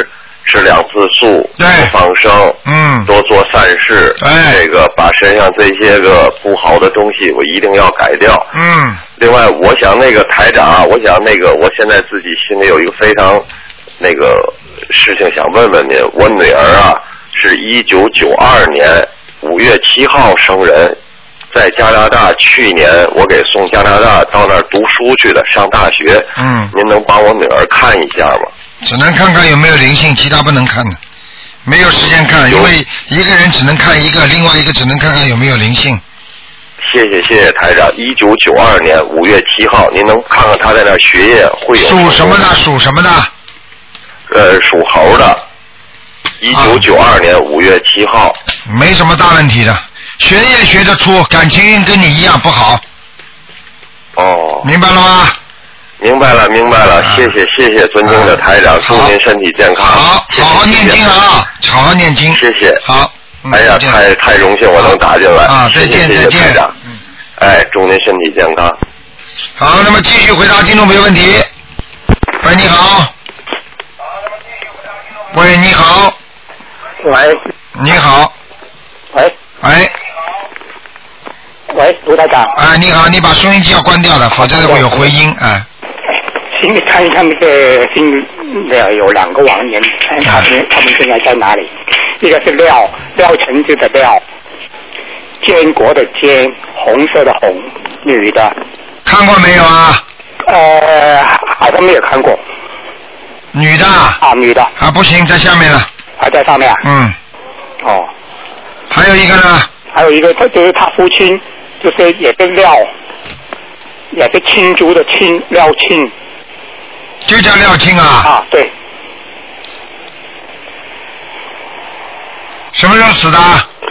Speaker 6: 吃2次素，
Speaker 1: 对，
Speaker 6: 放生，多做善事，这个把身上这些个不好的东西我一定要改掉。另外我想那个台长，我想那个我现在自己心里有一个非常那个事情想问问您，我女儿啊是1992年5月7号生人，在加拿大，去年我给送加拿大到那儿读书去的，上大学。您能帮我女儿看一下吗？
Speaker 1: 只能看看有没有灵性，其他不能看的，没有时间看，因为一个人只能看一个，另外一个只能看看有没有灵性。
Speaker 6: 谢谢台长。1992年5月7号，您能看看他在那儿学业会有？
Speaker 1: 属什么的？属什么的？
Speaker 6: 属猴的。1992年5月7号。
Speaker 1: 没什么大问题的，学业学得出，感情跟你一样不好。明白了吗？
Speaker 6: 明白了，谢谢尊敬的台长，祝您身体健康。
Speaker 1: 好好念经啊，好好念经。
Speaker 6: 谢谢。
Speaker 1: 好。
Speaker 6: 哎呀，太荣幸我能打进来。
Speaker 1: 再见。
Speaker 6: 谢谢台长。祝您身体健康。
Speaker 1: 好，那么继续回答听众朋友问题。喂，你好。喂，你好。
Speaker 7: 喂。
Speaker 1: 你好。
Speaker 7: 喂。喂，卢台长。
Speaker 1: 你好，你把收音机要关掉的，否则会有回音。
Speaker 7: 请你看一看那个新的有2个亡人，他们现在在哪里？一个是廖橙子的廖，坚国的坚，红色的红，女的。
Speaker 1: 看过没有啊？
Speaker 7: 好像没有看过。
Speaker 1: 女的。
Speaker 7: 女的。
Speaker 1: 不行，在下面了。
Speaker 7: 还在上面啊？
Speaker 1: 还有一个呢？
Speaker 7: 还有一个，就是他父亲，就是也是廖，也是青竹的青，廖青。
Speaker 1: 就叫廖青啊？
Speaker 7: 对。
Speaker 1: 什么时候死的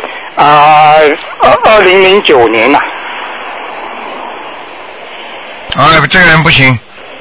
Speaker 7: ？2009年呐。
Speaker 1: 这个人不行。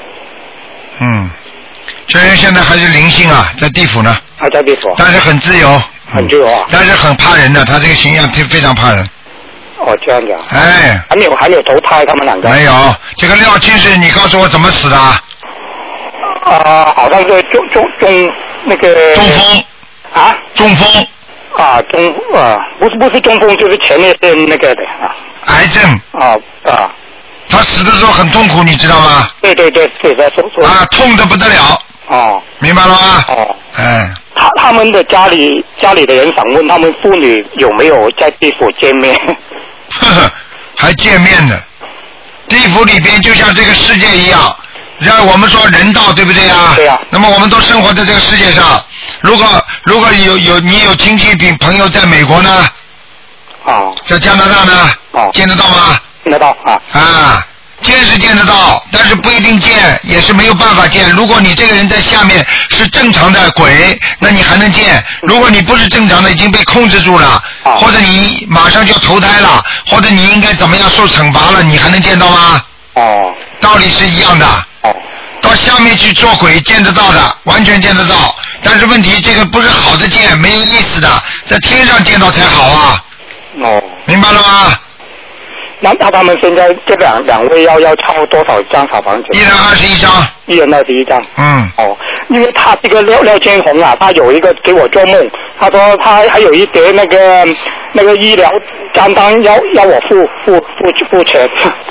Speaker 1: 这人现在还是灵性啊，在地府呢。
Speaker 7: 还在地府。
Speaker 1: 但是很自由。
Speaker 7: 很自由啊。
Speaker 1: 但是很怕人的，他这个形象非常怕人。
Speaker 7: 这样子啊。还没有投胎，他们2个。
Speaker 1: 没有，这个廖青是你告诉我怎么死的？
Speaker 7: 好像是中那个。
Speaker 1: 中风。中风。不是中风，就是前列腺那个的癌症。他死的时候很痛苦，你知道吗？
Speaker 7: 对，
Speaker 1: 痛得不得了。明白了吗？他们的家里的人想问他们父女有没有在地府见面？还见面呢。地府里边就像这个世界一样，让我们说人道，对不对啊？对呀。那么我们都生活在这个世界上，如果你有亲戚朋友在美国呢？在加拿大呢？见得到吗？见得到见是见得到，但是不一定见，也是没有办法见。如果你这个人在下面是正常的鬼，那你还能见；如果你不是正常的，已经被控制住了，或者你马上就投胎了，或者你应该怎么样受惩罚了，你还能见到吗？道理是一样的。到下面去做鬼见得到的，完全见得到。但是问题这个不是好的见，没有意思的，在天上见到才好啊。明白了吗？
Speaker 7: 那他们现在这两位要抄多少张小房子？1人
Speaker 1: 21张。
Speaker 7: 1人21张。因为他这个廖建红啊，他有一个给我做梦，他说他还有一叠那个医疗账单要我付钱。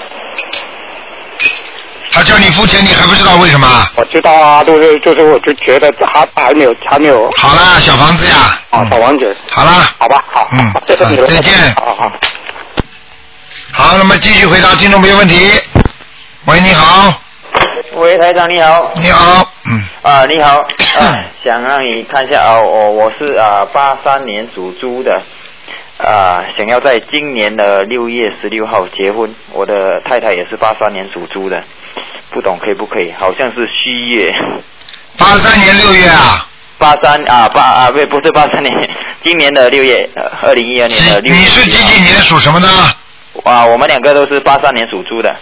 Speaker 1: 他叫你付钱，你还不知道为什么？
Speaker 7: 我知道啊，就是我就觉得他还没有。
Speaker 1: 好了，小房子呀。
Speaker 7: 小房子。
Speaker 1: 好了。
Speaker 7: 好吧，好。谢谢你了。
Speaker 1: 再见。
Speaker 7: 好。
Speaker 1: 好，那么继续回答听众朋友问题。喂，你好。
Speaker 8: 喂，台长你好。
Speaker 1: 你好。
Speaker 8: 你好。想让你看一下我是83年属猪的，想要在今年的6月16号结婚。我的太太也是83年属猪的，不懂可以不可以？好像是虚月。
Speaker 1: 83年6月啊。
Speaker 8: 不是83年，今年的6月，2012年的6月。
Speaker 1: 你是几年属什么的？
Speaker 8: 我们2个都是83年属猪的。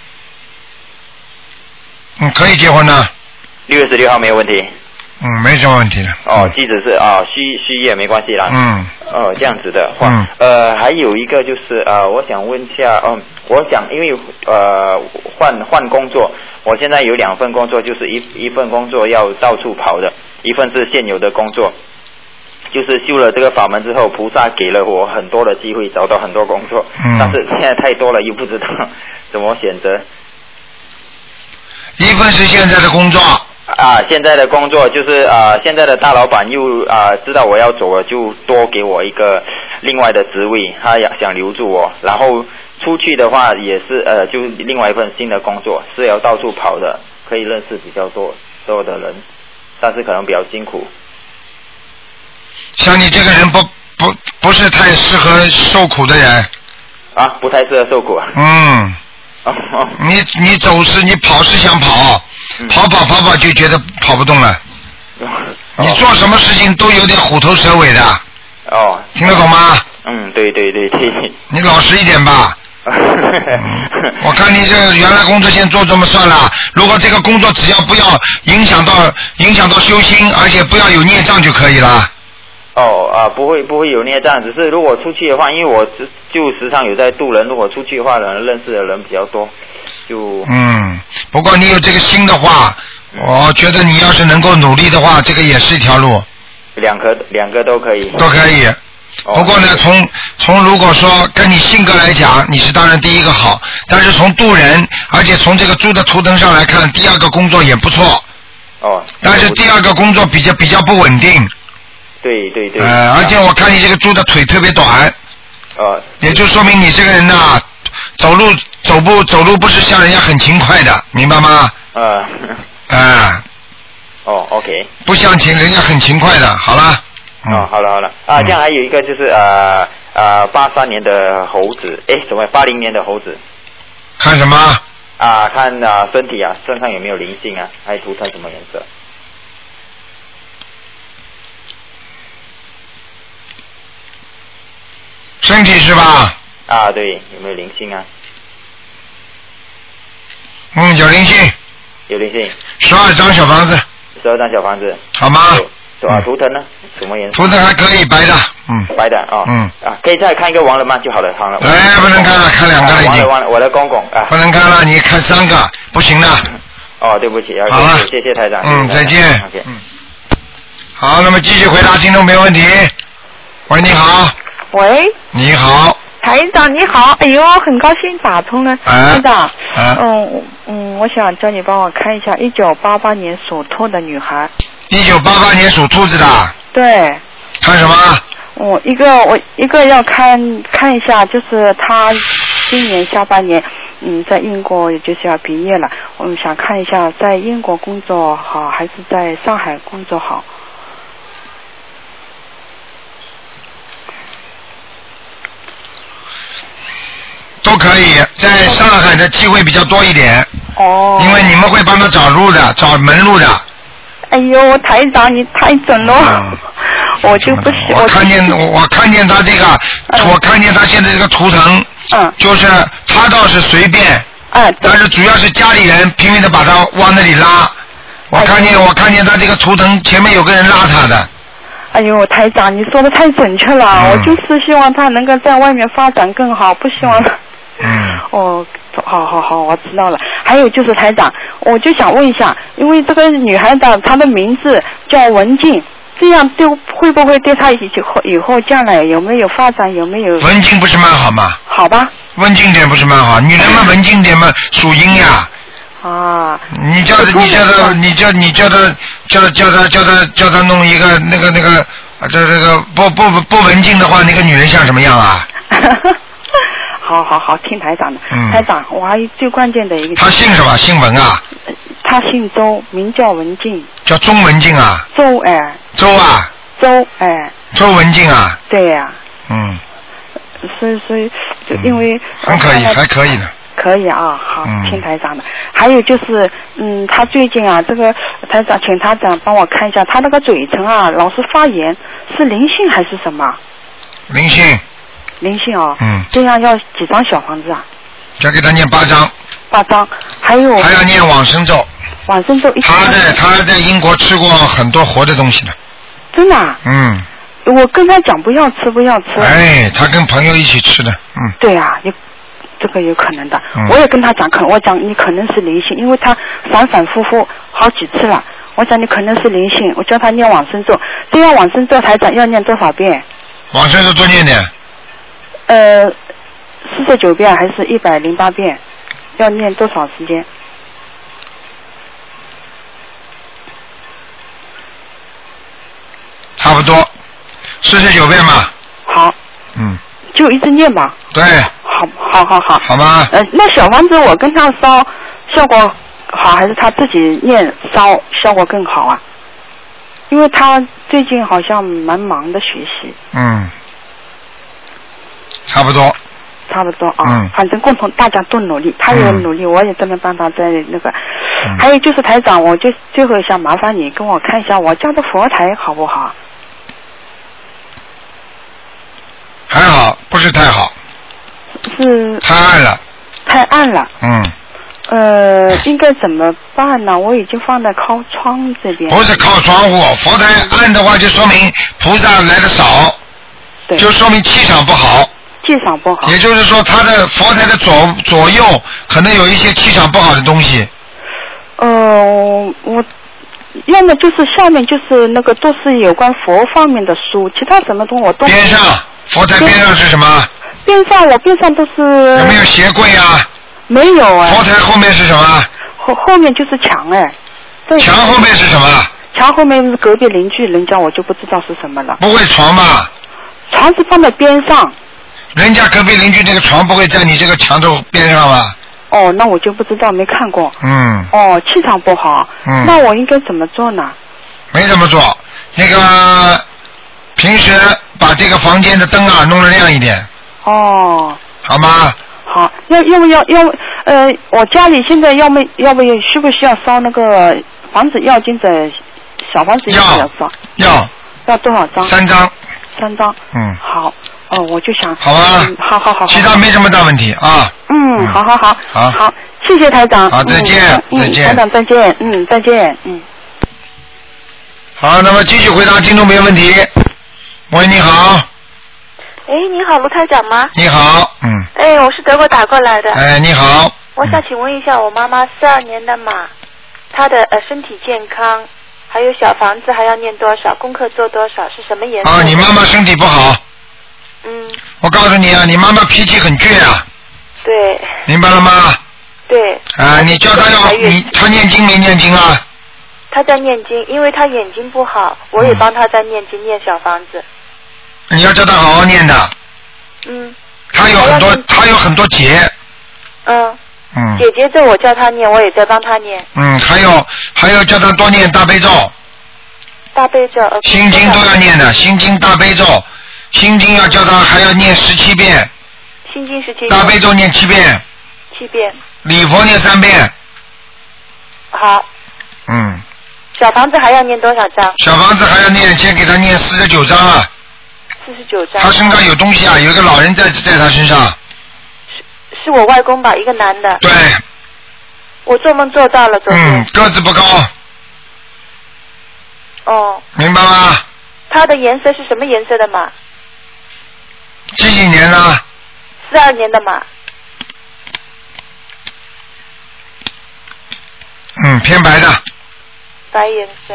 Speaker 1: 可以结婚的。
Speaker 8: 6月16号没有问题。
Speaker 1: 没什么问题的。
Speaker 8: 即使是虚月没关系啦。这样子的话，还有一个就是我想问一下，因为换工作，我现在有2份工作，就是一份工作要到处跑的， 一份是现有的工作。就是修了这个法门之后，菩萨给了我很多的机会，找到很多工作，但是现在太多了，又不知道怎么选择。
Speaker 1: 一份是现在的工作
Speaker 8: 现在的工作就是现在的大老板又知道我要走了，就多给我一个另外的职位，他想留住我。然后出去的话也是就另外一份新的工作，是要到处跑的，可以认识比较多的人，但是可能比较辛苦。
Speaker 1: 像你这个人不是太适合受苦的人
Speaker 8: 不太适合受苦
Speaker 1: 你走是你跑是想跑，跑就觉得跑不动了。你做什么事情都有点虎头蛇尾的。听得懂吗？
Speaker 8: 对。
Speaker 1: 你老实一点吧。我看你这原来工作先做这么算了，如果这个工作只要不要影响到修心，而且不要有孽障就可以了。
Speaker 8: 不会有孽障，只是如果出去的话，因为我就时常有在渡人，如果出去的话，认识的人比较多，就
Speaker 1: 不过你有这个心的话，我觉得你要是能够努力的话，这个也是一条路。
Speaker 8: 两个都可以。
Speaker 1: 都可以。不过呢，从如果说跟你性格来讲，你是当然第一个好，但是从渡人，而且从这个猪的图腾上来看，第二个工作也不错。但是第二个工作比较不稳定。
Speaker 8: 对。
Speaker 1: 而且我看你这个猪的腿特别短。也就说明你这个人呐，走路不是像人家很勤快的，明白吗
Speaker 8: ？OK。
Speaker 1: 不像人家很勤快的，好了。
Speaker 8: 好了。这样还有一个就是83年的猴子，80年的猴子。
Speaker 1: 看什么？
Speaker 8: 看身体身上有没有灵性还涂成什么颜色？
Speaker 1: 身体是吧？
Speaker 8: 对，有没有灵性
Speaker 1: 有灵性。
Speaker 8: 有灵性。
Speaker 1: 12张小房子。
Speaker 8: 12张小房子。
Speaker 1: 好吗？
Speaker 8: 图腾呢？什么颜色？
Speaker 1: 图腾还可以，白的。
Speaker 8: 白的可以再看一个亡人吗？就好了，好了。
Speaker 1: 不能看了，看2个了已经。
Speaker 8: 忘了，我的公公
Speaker 1: 不能看了，你看3个，不行的。
Speaker 8: 对不起，
Speaker 1: 好了，
Speaker 8: 谢谢台长。
Speaker 1: 再见。好，那么继续回答听众没问题。喂，你好。
Speaker 9: 喂。
Speaker 1: 你好。
Speaker 9: 台长你好，哎呦，很高兴打通了。台长。我想叫你帮我看一下1988年属兔的女孩。
Speaker 1: 1988年属兔子的。
Speaker 9: 对。
Speaker 1: 看什么？
Speaker 9: 我一个要看一下，就是她今年下半年，在英国也就是要毕业了，我们想看一下在英国工作好还是在上海工作好。
Speaker 1: 都可以，在上海的机会比较多一点。因为你们会帮他找路的，找门路的。
Speaker 9: 哎呦，台长你太准了，我就不喜欢。
Speaker 1: 我看见他这个，我看见他现在这个图腾，就是他倒是随便，但是主要是家里人拼命的把他往那里拉。我看见他这个图腾前面有个人拉他的。
Speaker 9: 哎呦，台长你说的太准确了，我就是希望他能够在外面发展更好，不希望。好，我知道了。还有就是台长，我就想问一下，因为这个女孩子她的名字叫文静，这样会不会对她以后将来有没有发展，有没有？
Speaker 1: 文静不是蛮好吗？
Speaker 9: 好吧。
Speaker 1: 文静点不是蛮好，女人们文静点嘛，属阴呀。你叫他弄一个那个这个不文静的话，那个女人像什么样啊？
Speaker 9: 好，听台长的。台长，我还有最关键的一个。
Speaker 1: 他姓什么？姓文啊？
Speaker 9: 他姓周，名叫文静。
Speaker 1: 叫钟文静啊？
Speaker 9: 周
Speaker 1: 周啊？周文静啊？
Speaker 9: 对呀。所以就因为。
Speaker 1: 很可以，还可以的。
Speaker 9: 可以啊，好，听台长的。还有就是，他最近这个台长，请台长帮我看一下，他那个嘴唇老是发炎，是灵性还是什么？
Speaker 1: 灵性。
Speaker 9: 这样要几张小房子啊？
Speaker 1: 要给他念8张。
Speaker 9: 8张，还要
Speaker 1: 念往生咒。
Speaker 9: 往生咒
Speaker 1: 他在英国吃过很多活的东西的。
Speaker 9: 真的啊？我跟他讲不要吃。
Speaker 1: 他跟朋友一起吃的。
Speaker 9: 对啊，这个有可能的。我也跟他讲，我讲你可能是灵性，因为他反复好几次了。 我想你可能是灵性，我叫他念往生咒。这样往生咒台长要念多少遍？
Speaker 1: 往生咒多念点。
Speaker 9: 49遍还是108遍？要念多少时间？
Speaker 1: 差不多49遍吧。
Speaker 9: 好。就一直念吧。
Speaker 1: 对。
Speaker 9: 好。
Speaker 1: 好吗？
Speaker 9: 那小房子我跟他烧效果好，还是他自己念烧效果更好啊？因为他最近好像蛮忙的学习。
Speaker 1: 差不多
Speaker 9: 啊。反正共同大家都努力，他也努力，我也这么帮他在那个。还有就是台长，我就最后想麻烦你跟我看一下我家的佛台好不好？
Speaker 1: 还好，不是太好。
Speaker 9: 是。
Speaker 1: 太暗了。
Speaker 9: 太暗了。应该怎么办呢？我已经放在靠窗这边。
Speaker 1: 不是靠窗户，佛台暗的话就说明菩萨来的少，就说明气场不好。
Speaker 9: 气场不好。
Speaker 1: 也就是说，他的佛台的左右可能有一些气场不好的东西。
Speaker 9: 我要么就是下面就是那个都是有关佛方面的书，其他什么东西我都。
Speaker 1: 边上佛台边上是什么？
Speaker 9: 边上都是。
Speaker 1: 有没有鞋柜啊？
Speaker 9: 没有哎。
Speaker 1: 佛台后面是什么？
Speaker 9: 后面就是墙哎。
Speaker 1: 墙后面是什么？
Speaker 9: 墙后面是隔壁邻居，人家我就不知道是什么了。
Speaker 1: 不会床吧？
Speaker 9: 床是放在边上。
Speaker 1: 人家隔壁邻居那个床不会在你这个墙头边上吧？
Speaker 9: 那我就不知道，没看过。气场不好。那我应该怎么做呢？
Speaker 1: 没怎么做，那个平时把这个房间的灯啊弄得亮一点。好吗？
Speaker 9: 好，要不要我家里现在要不需不需要烧那个房子要经者小房子要烧？要多少张
Speaker 1: ？3张。
Speaker 9: 3张。好。我就想。
Speaker 1: 好吧。
Speaker 9: 好。
Speaker 1: 其他没什么大问题啊。
Speaker 9: 好，谢谢台长。
Speaker 1: 好，再见。
Speaker 9: 台长再见。再见。
Speaker 1: 好，那么继续回答听众朋友问题。喂，你好。
Speaker 10: 你好，卢台长吗？
Speaker 1: 你好。
Speaker 10: 我是德国打过来的。
Speaker 1: 你好。
Speaker 10: 我想请问一下，我妈妈42年的马，她的身体健康，还有小房子还要念多少，功课做多少，是什么颜色？
Speaker 1: 你妈妈身体不好。我告诉你啊，你妈妈脾气很倔啊。
Speaker 10: 对。
Speaker 1: 明白了吗？
Speaker 10: 对。
Speaker 1: 你叫她她念经没念经啊？
Speaker 10: 她在念经，因为她眼睛不好，我也帮她在念经念小房子。
Speaker 1: 你要叫她好好念的。她有很多结。
Speaker 10: 姐姐咒我叫她念，我也在帮她念。
Speaker 1: 还有叫她多念大悲咒。
Speaker 10: 大悲咒。
Speaker 1: 心经都要念的，心经大悲咒。心经要叫他还要念17遍，
Speaker 10: 心经17遍，
Speaker 1: 大悲咒念7遍
Speaker 10: ，7遍，
Speaker 1: 礼佛念3遍。
Speaker 10: 好。小房子还要念多少张？
Speaker 1: 小房子还要念，先给他念49张啊。
Speaker 10: 49张。
Speaker 1: 他身上有东西啊，有一个老人在他身上。
Speaker 10: 是我外公吧，一个男的。
Speaker 1: 对。
Speaker 10: 我做梦做到了，昨天。
Speaker 1: 个子不高。明白吗？
Speaker 10: 他的颜色是什么颜色的马？
Speaker 1: 几年呢
Speaker 10: ？42年的马。
Speaker 1: 偏白的。
Speaker 10: 白颜色。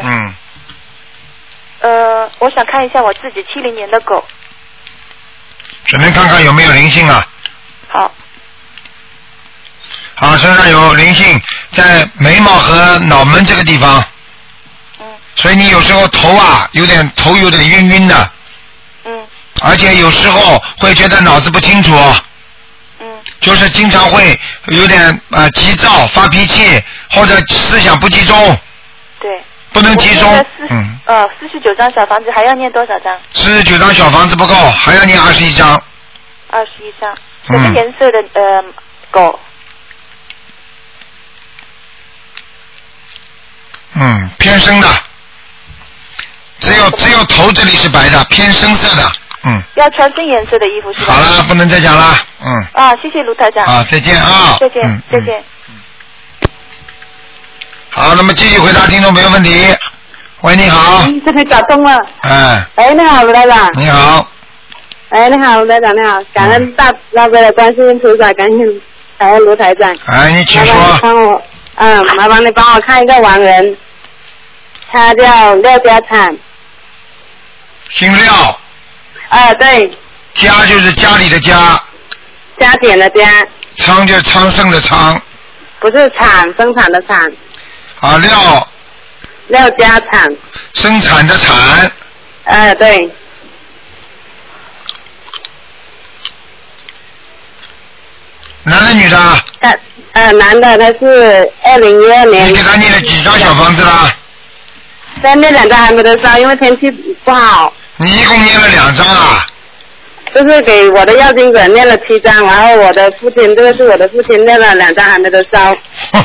Speaker 10: 我想看一下我自己70年的狗。
Speaker 1: 只能看看有没有灵性啊。好，身上有灵性，在眉毛和脑门这个地方。所以你有时候头有点晕晕的。而且有时候会觉得脑子不清楚。就是经常会有点急躁、发脾气，或者思想不集中。
Speaker 10: 对。
Speaker 1: 不能集中。
Speaker 10: 49张小房子还要念多少张
Speaker 1: ？49张小房子不够，还要念21张。
Speaker 10: 21张。什么颜色的狗？
Speaker 1: 偏深的。只有头这里是白的，偏深色的。
Speaker 10: 要穿深颜色的衣服是吧？
Speaker 1: 好了，不能再讲了。
Speaker 10: 谢谢卢台长。
Speaker 1: 再见啊。
Speaker 10: 再见。再见。
Speaker 1: 好，那么继续回答听众朋友问题。喂，你好。
Speaker 11: 这个打通了。你好，卢台长。
Speaker 1: 你好。
Speaker 11: 你好，卢台长，你好，感恩大慈悲的观世音菩萨，感恩卢台长。
Speaker 1: 你请说。
Speaker 11: 麻烦你帮我看一个亡人。 他叫廖家产。
Speaker 1: 姓廖。
Speaker 11: 对。
Speaker 1: 家就是家里的家。
Speaker 11: 加减的加。
Speaker 1: 昌就是昌盛的昌。
Speaker 11: 不是产，生产的产。廖家产。
Speaker 1: 生产的产。
Speaker 11: 对。
Speaker 1: 男的女的？
Speaker 11: 男的，他是2012年。
Speaker 1: 你给他念了几张小房子啦？
Speaker 11: 但那2张还没得烧，因为天气不好。
Speaker 1: 你一共念了2张啊？
Speaker 11: 就是给我的要经者念了7张，然后我的父亲，这个是我的父亲念了2张还没得烧。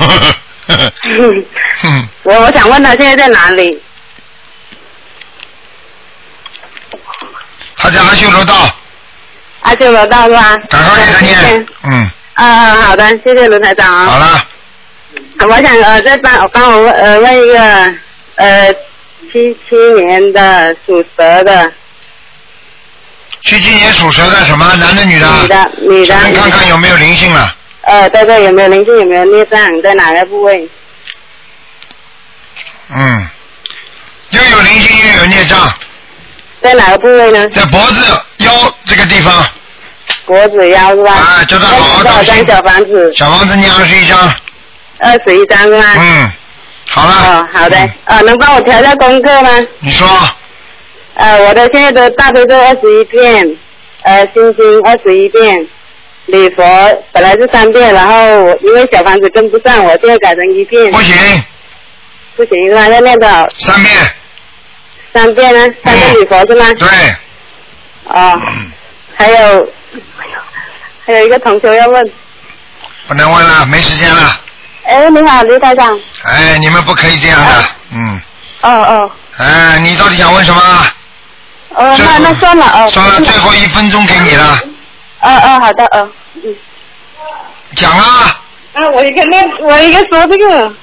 Speaker 11: 我想问他现在在哪里？
Speaker 1: 他在阿修罗道。
Speaker 11: 阿修罗道是吧？
Speaker 1: 赶快给他念。
Speaker 11: 好的，谢谢卢台长啊。
Speaker 1: 好了。
Speaker 11: 我想再帮我问一个77年的属蛇的。
Speaker 1: 77年属蛇的什么？男的女的？
Speaker 11: 女的。
Speaker 1: 看看有没有灵性了。
Speaker 11: 对，有没有灵性？有没有孽障？在哪个部位？
Speaker 1: 又有灵性又有孽障。
Speaker 11: 在哪个部位呢？
Speaker 1: 在脖子、腰这个地方。
Speaker 11: 脖子腰是吧？
Speaker 1: 叫他好好当心。
Speaker 11: 小房子。
Speaker 1: 小房子念21张。
Speaker 11: 21张是吧？
Speaker 1: 好了。
Speaker 11: 好的。能帮我调一下功课吗？
Speaker 1: 你说。
Speaker 11: 我的现在的大悲咒21遍，心经21遍，礼佛本来是3遍，然后我因为小房子跟不上，我现在改成1遍。
Speaker 1: 不行
Speaker 11: 是吧？要念多少
Speaker 1: ？3遍。
Speaker 11: 3遍呢？3遍礼佛是吗？
Speaker 1: 对。
Speaker 11: 还有一个同学要问。
Speaker 1: 不能问了，没时间了。
Speaker 11: 你好，刘台长。
Speaker 1: 你们不可以这样的。你到底想问什么？
Speaker 11: 那算了
Speaker 1: 算了，最后1分钟给你了。
Speaker 11: 好的
Speaker 1: 讲啊。
Speaker 11: 我一个说这个。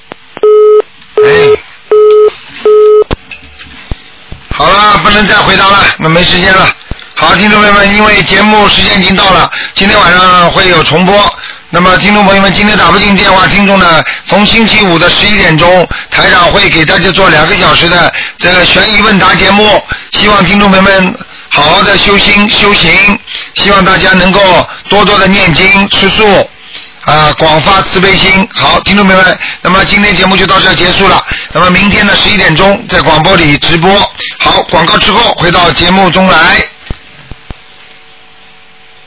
Speaker 1: 好了，不能再回答了，那没时间了。好，听众朋友们，因为节目时间已经到了，今天晚上会有重播。那么听众朋友们，今天打不进电话听众呢，逢星期五的11点钟，台长会给大家做2个小时的这个悬疑问答节目，希望听众朋友们好好的修行，希望大家能够多多的念经吃素广发慈悲心。好，听众朋友们，那么今天节目就到这结束了，那么明天的11点钟在广播里直播。好，广告之后回到节目中来。